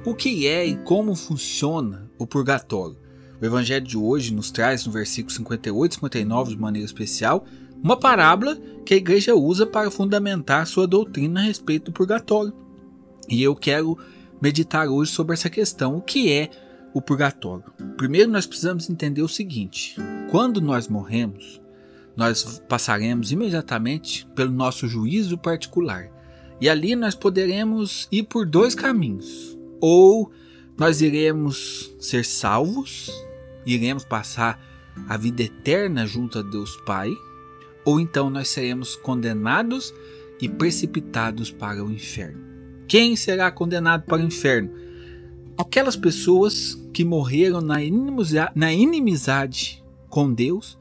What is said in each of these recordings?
O que é e como funciona o purgatório? O evangelho de hoje nos traz, no versículo 58 e 59, de maneira especial, uma parábola que a igreja usa para fundamentar sua doutrina a respeito do purgatório. E eu quero meditar hoje sobre essa questão, o que é o purgatório. Primeiro nós precisamos entender o seguinte: quando nós morremos, nós passaremos imediatamente pelo nosso juízo particular. E ali nós poderemos ir por dois caminhos. Ou nós iremos ser salvos, iremos passar a vida eterna junto a Deus Pai, ou então nós seremos condenados e precipitados para o inferno. Quem será condenado para o inferno? Aquelas pessoas que morreram na inimizade com Deus,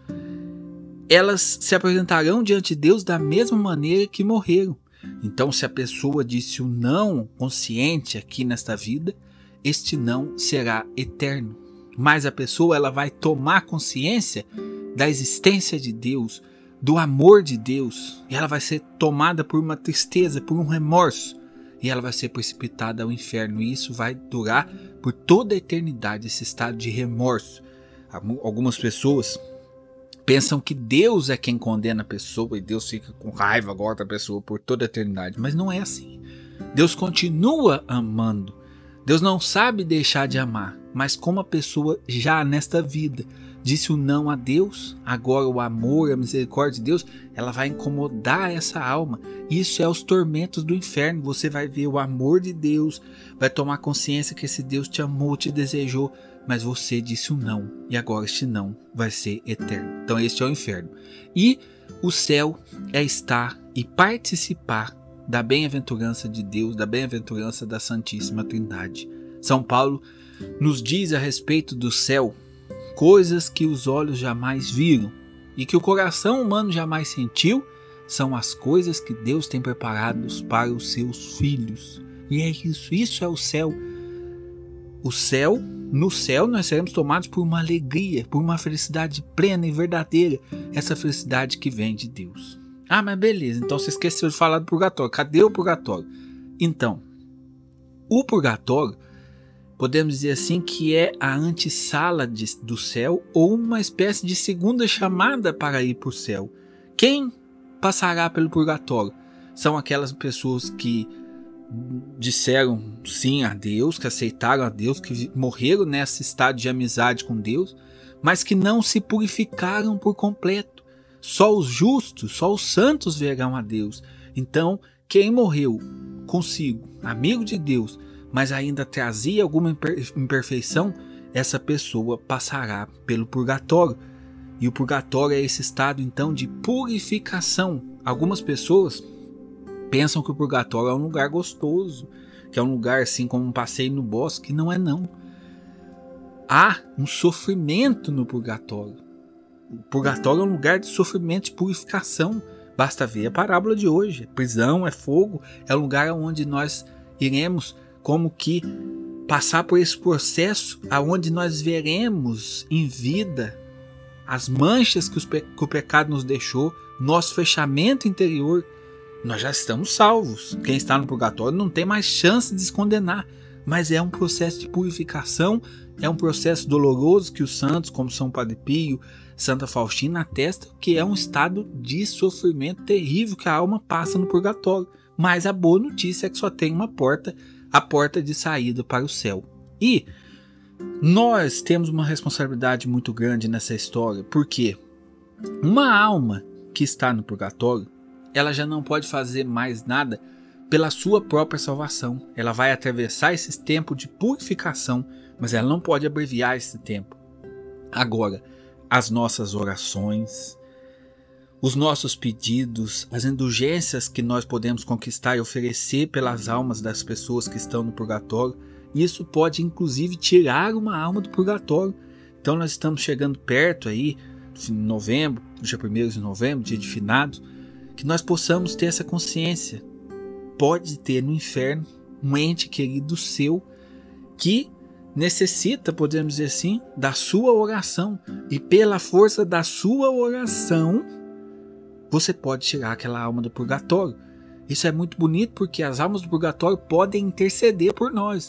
elas se apresentarão diante de Deus da mesma maneira que morreram. Então, se a pessoa disse o não consciente aqui nesta vida, este não será eterno. Mas a pessoa ela vai tomar consciência da existência de Deus, do amor de Deus, e ela vai ser tomada por uma tristeza, por um remorso, e ela vai ser precipitada ao inferno. E isso vai durar por toda a eternidade, esse estado de remorso. Algumas pessoas pensam que Deus é quem condena a pessoa e Deus fica com raiva agora da pessoa por toda a eternidade. Mas não é assim. Deus continua amando. Deus não sabe deixar de amar. Mas como a pessoa já nesta vida disse o não a Deus, agora o amor, a misericórdia de Deus, ela vai incomodar essa alma. Isso é os tormentos do inferno. Você vai ver o amor de Deus, vai tomar consciência que esse Deus te amou, te desejou, mas você disse o não, e agora este não vai ser eterno. Então este é o inferno. E o céu é estar e participar da bem-aventurança de Deus, da bem-aventurança da Santíssima Trindade. São Paulo nos diz a respeito do céu coisas que os olhos jamais viram e que o coração humano jamais sentiu, são as coisas que Deus tem preparadas para os seus filhos. E é isso é o céu. No céu nós seremos tomados por uma alegria, por uma felicidade plena e verdadeira, essa felicidade que vem de Deus. Ah, mas beleza, então você esqueceu de falar do purgatório. Cadê o purgatório? Então, o purgatório, podemos dizer assim que é a antessala do céu, ou uma espécie de segunda chamada para ir para o céu. Quem passará pelo purgatório? São aquelas pessoas que disseram sim a Deus, que aceitaram a Deus, que morreram nesse estado de amizade com Deus, mas que não se purificaram por completo. Só os justos, só os santos verão a Deus. Então, quem morreu consigo, amigo de Deus, mas ainda trazia alguma imperfeição, essa pessoa passará pelo purgatório. E o purgatório é esse estado então de purificação. Algumas pessoas pensam que o purgatório é um lugar gostoso, que é um lugar assim como um passeio no bosque. Não é não. Há um sofrimento no purgatório. O purgatório é um lugar de sofrimento, de purificação. Basta ver a parábola de hoje. Prisão, é fogo, é um lugar onde nós iremos como que passar por esse processo, aonde nós veremos em vida as manchas que o pecado nos deixou, nosso fechamento interior. Nós já estamos salvos. Quem está no purgatório não tem mais chance de se condenar. Mas é um processo de purificação, é um processo doloroso que os santos, como São Padre Pio, Santa Faustina, atestam que é um estado de sofrimento terrível que a alma passa no purgatório. Mas a boa notícia é que só tem uma porta, a porta de saída para o céu. E nós temos uma responsabilidade muito grande nessa história, porque uma alma que está no purgatório, ela já não pode fazer mais nada pela sua própria salvação. Ela vai atravessar esse tempo de purificação, mas ela não pode abreviar esse tempo. Agora, as nossas orações, os nossos pedidos, as indulgências que nós podemos conquistar e oferecer pelas almas das pessoas que estão no purgatório, isso pode inclusive tirar uma alma do purgatório. Então nós estamos chegando perto aí, em novembro, dia 1º de novembro, dia de finados, que nós possamos ter essa consciência. Pode ter no inferno um ente querido seu que necessita, podemos dizer assim, da sua oração. E pela força da sua oração, você pode tirar aquela alma do purgatório. Isso é muito bonito porque as almas do purgatório podem interceder por nós.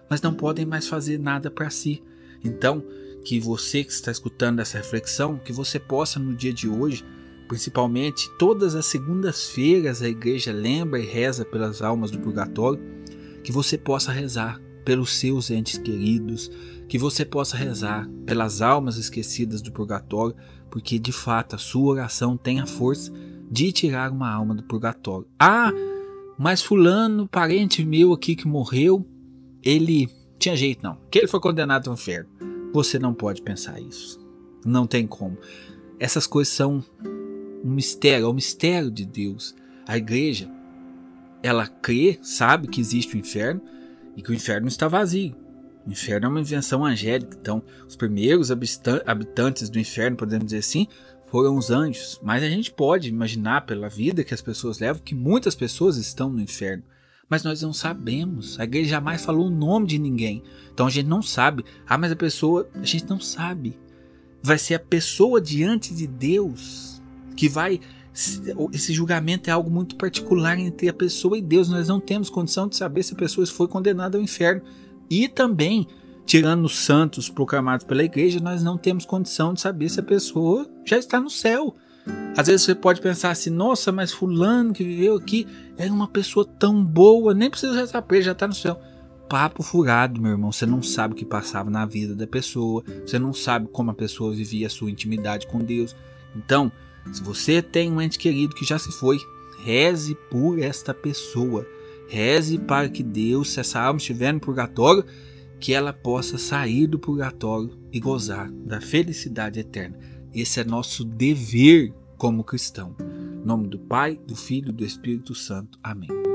mas não podem mais fazer nada para si. Então, que você que está escutando essa reflexão, que você possa no dia de hoje, principalmente todas as segundas-feiras a igreja lembra e reza pelas almas do purgatório, que você possa rezar pelos seus entes queridos, que você possa rezar pelas almas esquecidas do purgatório, porque de fato a sua oração tem a força de tirar uma alma do purgatório. Ah, mas fulano, parente meu aqui que morreu, ele tinha jeito não, que ele foi condenado ao inferno. Você não pode pensar isso. Não tem como. Essas coisas são um mistério, é o mistério de Deus. A igreja, ela crê, sabe que existe o inferno e que o inferno está vazio. O inferno é uma invenção angélica. Então, os primeiros habitantes do inferno, podemos dizer assim, foram os anjos. Mas a gente pode imaginar pela vida que as pessoas levam que muitas pessoas estão no inferno. Mas nós não sabemos. A igreja jamais falou o nome de ninguém. Então a gente não sabe. Ah, mas a pessoa, a gente não sabe. Vai ser a pessoa diante de Deus que vai... Esse julgamento é algo muito particular entre a pessoa e Deus. Nós não temos condição de saber se a pessoa foi condenada ao inferno. E também, tirando os santos proclamados pela igreja, nós não temos condição de saber se a pessoa já está no céu. Às vezes você pode pensar assim, nossa, mas fulano que viveu aqui era uma pessoa tão boa, nem precisa rezar pra ele, já está no céu. Papo furado, meu irmão. Você não sabe o que passava na vida da pessoa, você não sabe como a pessoa vivia a sua intimidade com Deus. Então, se você tem um ente querido que já se foi, reze por esta pessoa. Reze para que Deus, se essa alma estiver no purgatório, que ela possa sair do purgatório e gozar da felicidade eterna. Esse é nosso dever como cristão. Em nome do Pai, do Filho e do Espírito Santo. Amém.